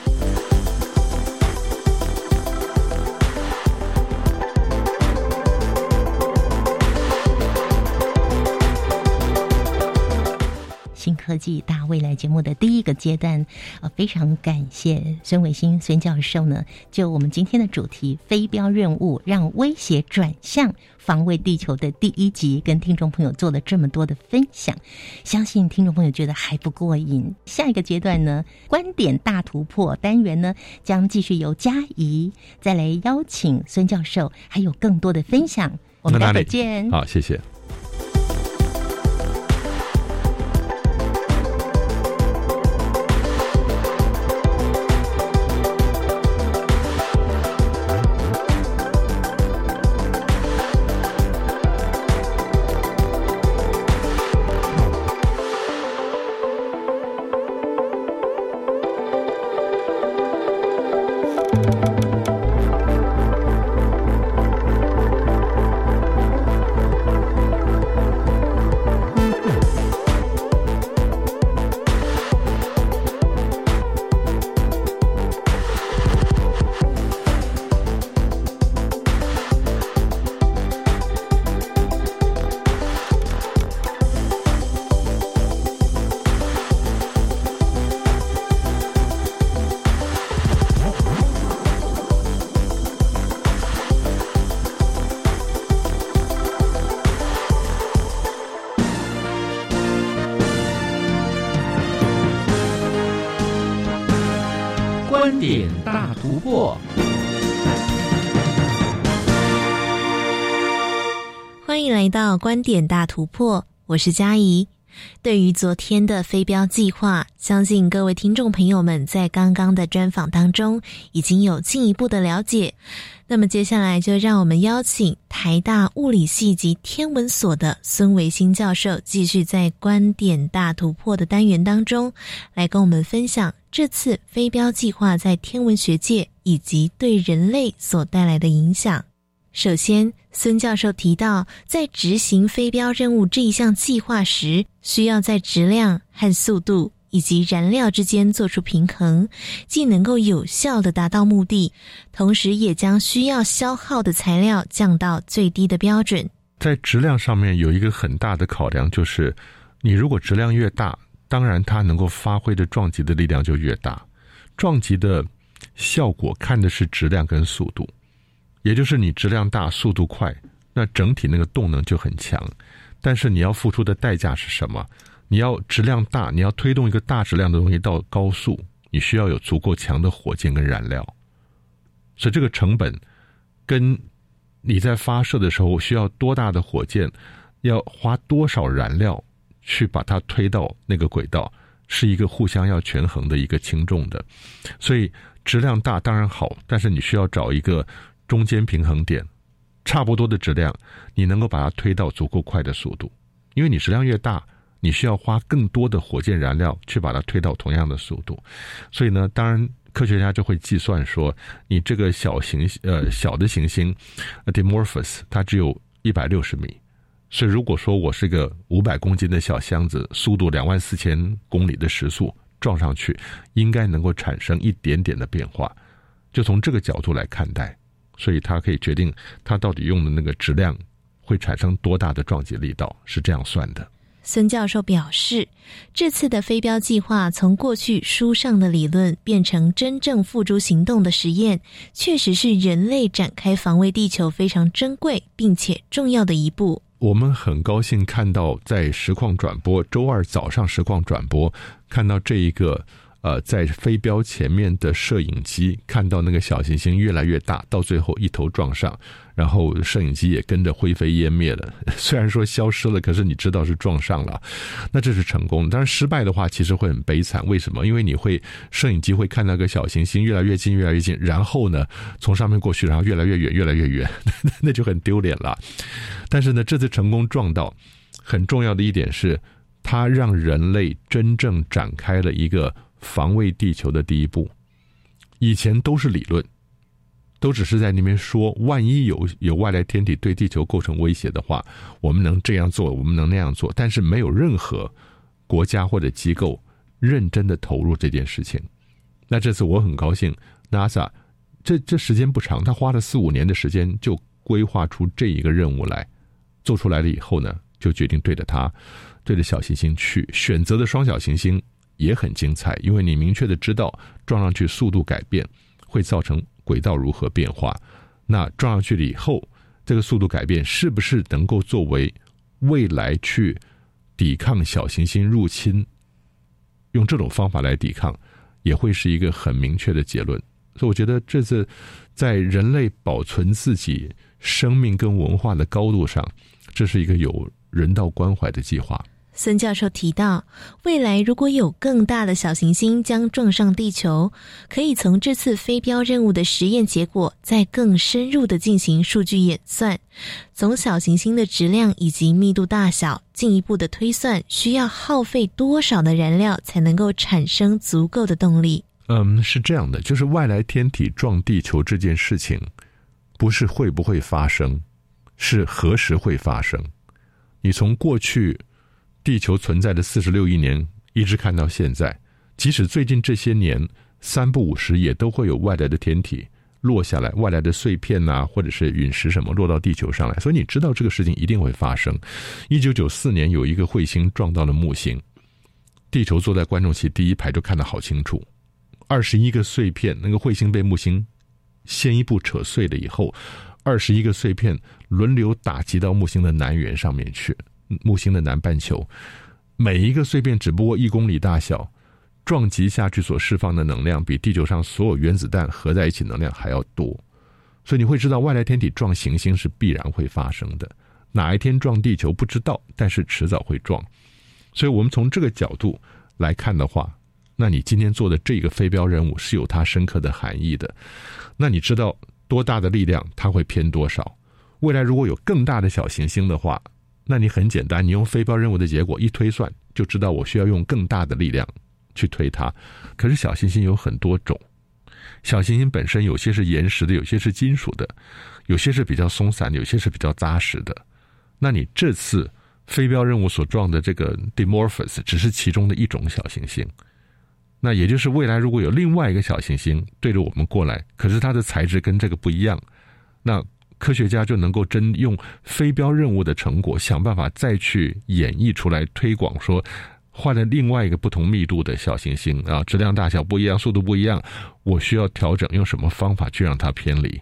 新科技大未来节目的第一个阶段，非常感谢孙伟新孙教授呢，就我们今天的主题飞镖任务让威胁转向防卫地球的第1集，跟听众朋友做了这么多的分享，相信听众朋友觉得还不过瘾。下一个阶段呢，观点大突破单元呢，将继续由嘉怡再来邀请孙教授，还有更多的分享。我们待会见。 好，谢谢。 观点大突破。 欢迎来到观点大突破，我是嘉怡。对于昨天的飞镖计划，相信各位听众朋友们在刚刚的专访当中已经有进一步的了解。那么接下来就让我们邀请台大物理系及天文所的孙维新教授，继续在观点大突破的单元当中来跟我们分享这次飞镖计划在天文学界以及对人类所带来的影响。首先，孙教授提到，在执行飞镖任务这一项计划时，需要在质量和速度以及燃料之间做出平衡，既能够有效地达到目的，同时也将需要消耗的材料降到最低的标准。 在质量上面有一个很大的考量，就是你如果质量越大，当然它能够发挥的撞击的力量就越大。撞击的效果看的是质量跟速度， 也就是你质量大速度快，那整体那个动能就很强，但是你要付出的代价是什么？你要质量大，你要推动一个大质量的东西到高速，你需要有足够强的火箭跟燃料，所以这个成本跟你在发射的时候需要多大的火箭，要花多少燃料去把它推到那个轨道，是一个互相要权衡的一个轻重的。所以质量大当然好，但是你需要找一个中间平衡点，差不多的质量你能够把它推到足够快的速度，因为你质量越大，你需要花更多的火箭燃料去把它推到同样的速度。所以呢，当然科学家就会计算说，你这个小的行星 Dimorphos 它只有160米，所以如果说我是个500公斤的小箱子，速度24000公里的时速撞上去，应该能够产生一点点的变化，就从这个角度来看待，所以它可以决定它到底用的那个质量会产生多大的撞击力道，是这样算的。 孙教授表示，这次的飞镖计划从过去书上的理论变成真正付诸行动的实验，确实是人类展开防卫地球非常珍贵并且重要的一步。 我们很高兴看到在实况转播，周二早上实况转播，看到这一个在飞镖前面的摄影机，看到那个小行星越来越大，到最后一头撞上，然后摄影机也跟着灰飞烟灭了。虽然说消失了，可是你知道是撞上了，那这是成功。当然失败的话其实会很悲惨，为什么？因为摄影机会看到个小行星越来越近越来越近，然后呢从上面过去，然后越来越远越来越远那就很丢脸了。但是呢，这次成功撞到，很重要的一点是它让人类真正展开了一个防卫地球的第一步。以前都是理论，都只是在那边说，万一有外来天体对地球构成威胁的话，我们能这样做，我们能那样做，但是没有任何国家或者机构认真的投入这件事情。那这次我很高兴 NASA 这时间不长，他花了4-5年的时间就规划出这一个任务来，做出来了以后呢，就决定对着小行星去，选择的双小行星也很精彩，因为你明确的知道撞上去速度改变会造成轨道如何变化，那撞上去了以后，这个速度改变是不是能够作为未来去抵抗小行星入侵，用这种方法来抵抗，也会是一个很明确的结论。所以我觉得这次在人类保存自己生命跟文化的高度上，这是一个有人道关怀的计划。 孙教授提到，未来如果有更大的小行星将撞上地球，可以从这次飞镖任务的实验结果再更深入的进行数据演算，从小行星的质量以及密度大小进一步的推算需要耗费多少的燃料才能够产生足够的动力。 是这样的，就是外来天体撞地球这件事情不是会不会发生，是何时会发生。你从过去地球存在的46亿年一直看到现在，即使最近这些年3不5时也都会有外来的天体落下来，外来的碎片啊，或者是陨石什么落到地球上来，所以你知道这个事情一定会发生。1994年有一个彗星撞到了木星，地球坐在观众席第一排就看得好清楚，21个碎片，那个彗星被木星先一步扯碎了以后，21个碎片轮流打击到木星的南缘上面去，木星的南半球，每一个碎片只不过1公里大小，撞击下去所释放的能量比地球上所有原子弹合在一起能量还要多。所以你会知道外来天体撞行星是必然会发生的，哪一天撞地球不知道，但是迟早会撞。所以我们从这个角度来看的话，那你今天做的这个飞镖任务是有它深刻的含义的。那你知道多大的力量它会偏多少，未来如果有更大的小行星的话，那你很简单，你用飞镖任务的结果一推算就知道我需要用更大的力量去推它。可是小行星有很多种，小行星本身有些是岩石的，有些是金属的，有些是比较松散的，有些是比较扎实的。那你这次飞镖任务所撞的这个 Dimorphos 只是其中的一种小行星，那也就是未来如果有另外一个小行星对着我们过来，可是它的材质跟这个不一样，那科学家就能够真用飞镖任务的成果想办法再去演绎出来，推广说换了另外一个不同密度的小行星啊，质量大小不一样，速度不一样，我需要调整用什么方法去让它偏离。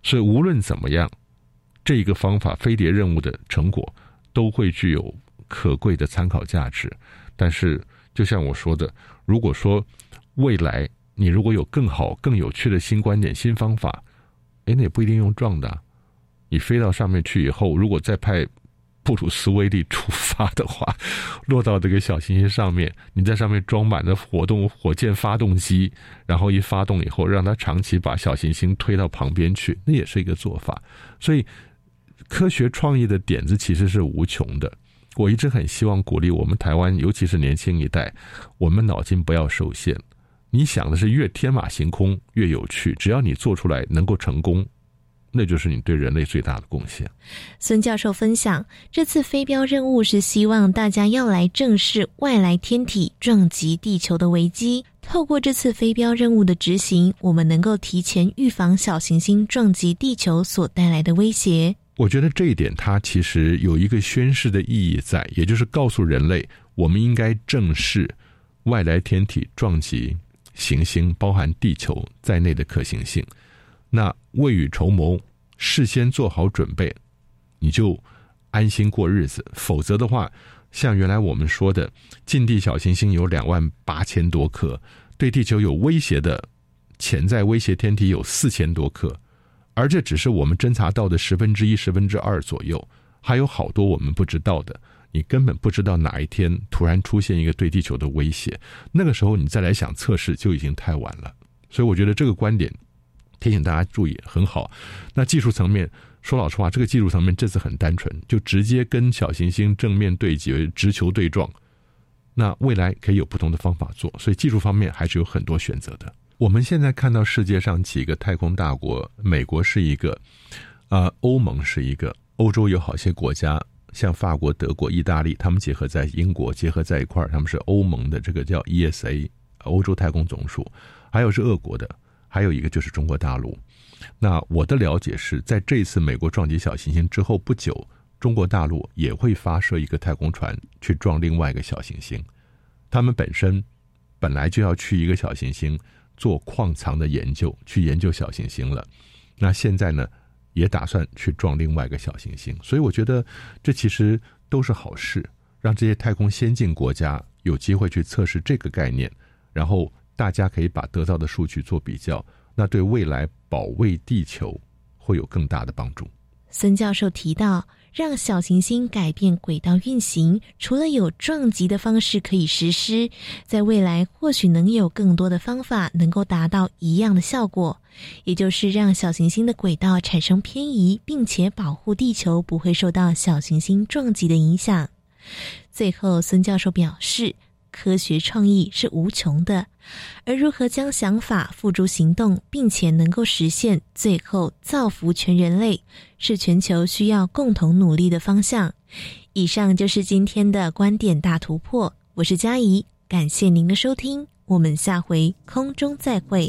所以无论怎么样，这个方法飞碟任务的成果都会具有可贵的参考价值。但是就像我说的，如果说未来你如果有更好更有趣的新观点新方法，那也不一定用撞的你飞到上面去以后，如果再派布鲁斯威利出发的话，落到这个小行星上面，你在上面装满了火箭发动机，然后一发动以后让它长期把小行星推到旁边去，那也是一个做法。所以科学创意的点子其实是无穷的。我一直很希望鼓励我们台湾尤其是年轻一代，我们脑筋不要受限，你想的是越天马行空越有趣，只要你做出来能够成功，那就是你对人类最大的贡献。 孙教授分享，这次飞镖任务是希望大家要来正视外来天体撞击地球的危机，透过这次飞镖任务的执行，我们能够提前预防小行星撞击地球所带来的威胁。 我觉得这一点它其实有一个宣示的意义在，也就是告诉人类我们应该正视外来天体撞击行星包含地球在内的可行性。那未雨绸缪，事先做好准备，你就安心过日子。否则的话，像原来我们说的近地小行星有28000多颗，对地球有威胁的潜在威胁天体有4000多颗，而这只是我们侦察到的1/10、2/10左右，还有好多我们不知道的，你根本不知道哪一天突然出现一个对地球的威胁，那个时候你再来想测试就已经太晚了。所以我觉得这个观点提醒大家注意很好。那技术层面，说老实话，这个技术层面这次很单纯，就直接跟小行星正面对决，直球对撞。那未来可以有不同的方法做，所以技术方面还是有很多选择的。我们现在看到世界上几个太空大国，美国是一个，欧盟是一个，欧洲有好些国家，像法国、德国、意大利，他们结合在英国结合在一块儿，他们是欧盟的这个叫 ESA 欧洲太空总署，还有是俄国的，还有一个就是中国大陆。那我的了解是在这次美国撞击小行星之后不久，中国大陆也会发射一个太空船去撞另外一个小行星。他们本来就要去一个小行星做矿藏的研究，去研究小行星了，那现在呢也打算去撞另外一个小行星。所以我觉得这其实都是好事，让这些太空先进国家有机会去测试这个概念，然后大家可以把得到的数据做比较，那对未来保卫地球会有更大的帮助。 孙教授提到，让小行星改变轨道运行，除了有撞击的方式可以实施，在未来或许能有更多的方法能够达到一样的效果，也就是让小行星的轨道产生偏移，并且保护地球不会受到小行星撞击的影响。最后，孙教授表示，科学创意是无穷的，而如何将想法付诸行动，并且能够实现，最后造福全人类，是全球需要共同努力的方向。以上就是今天的观点大突破，我是嘉怡，感谢您的收听，我们下回空中再会。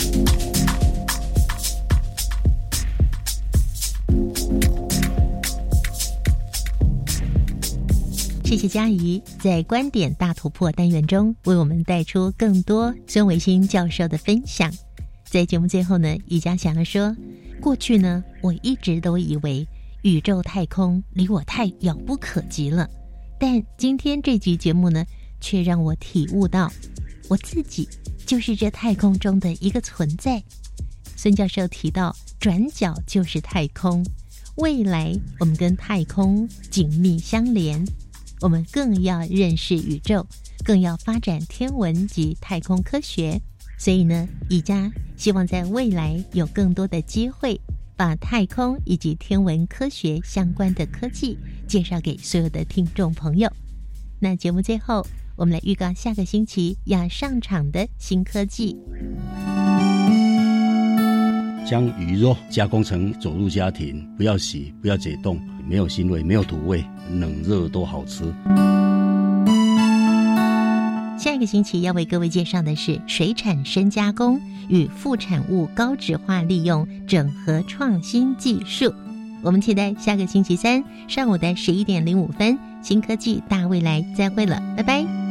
谢谢嘉怡在观点大突破单元中为我们带出更多孙维新教授的分享。在节目最后呢，宜家想要说，过去呢我一直都以为宇宙太空离我太遥不可及了，但今天这集节目呢却让我体悟到我自己就是这太空中的一个存在。孙教授提到转角就是太空，未来我们跟太空紧密相连，我们更要认识宇宙，更要发展天文及太空科学。所以呢，宜家希望在未来有更多的机会，把太空以及天文科学相关的科技介绍给所有的听众朋友。那节目最后，我们来预告下个星期要上场的新科技。 将鱼肉加工成走入家庭，不要洗，不要解冻，没有腥味，没有土味，冷热都好吃。 下一个星期要为各位介绍的是水产深加工与副产物高质化利用整合创新技术。我们期待下个星期三上午的11:05，新科技大未来，再会了，拜拜。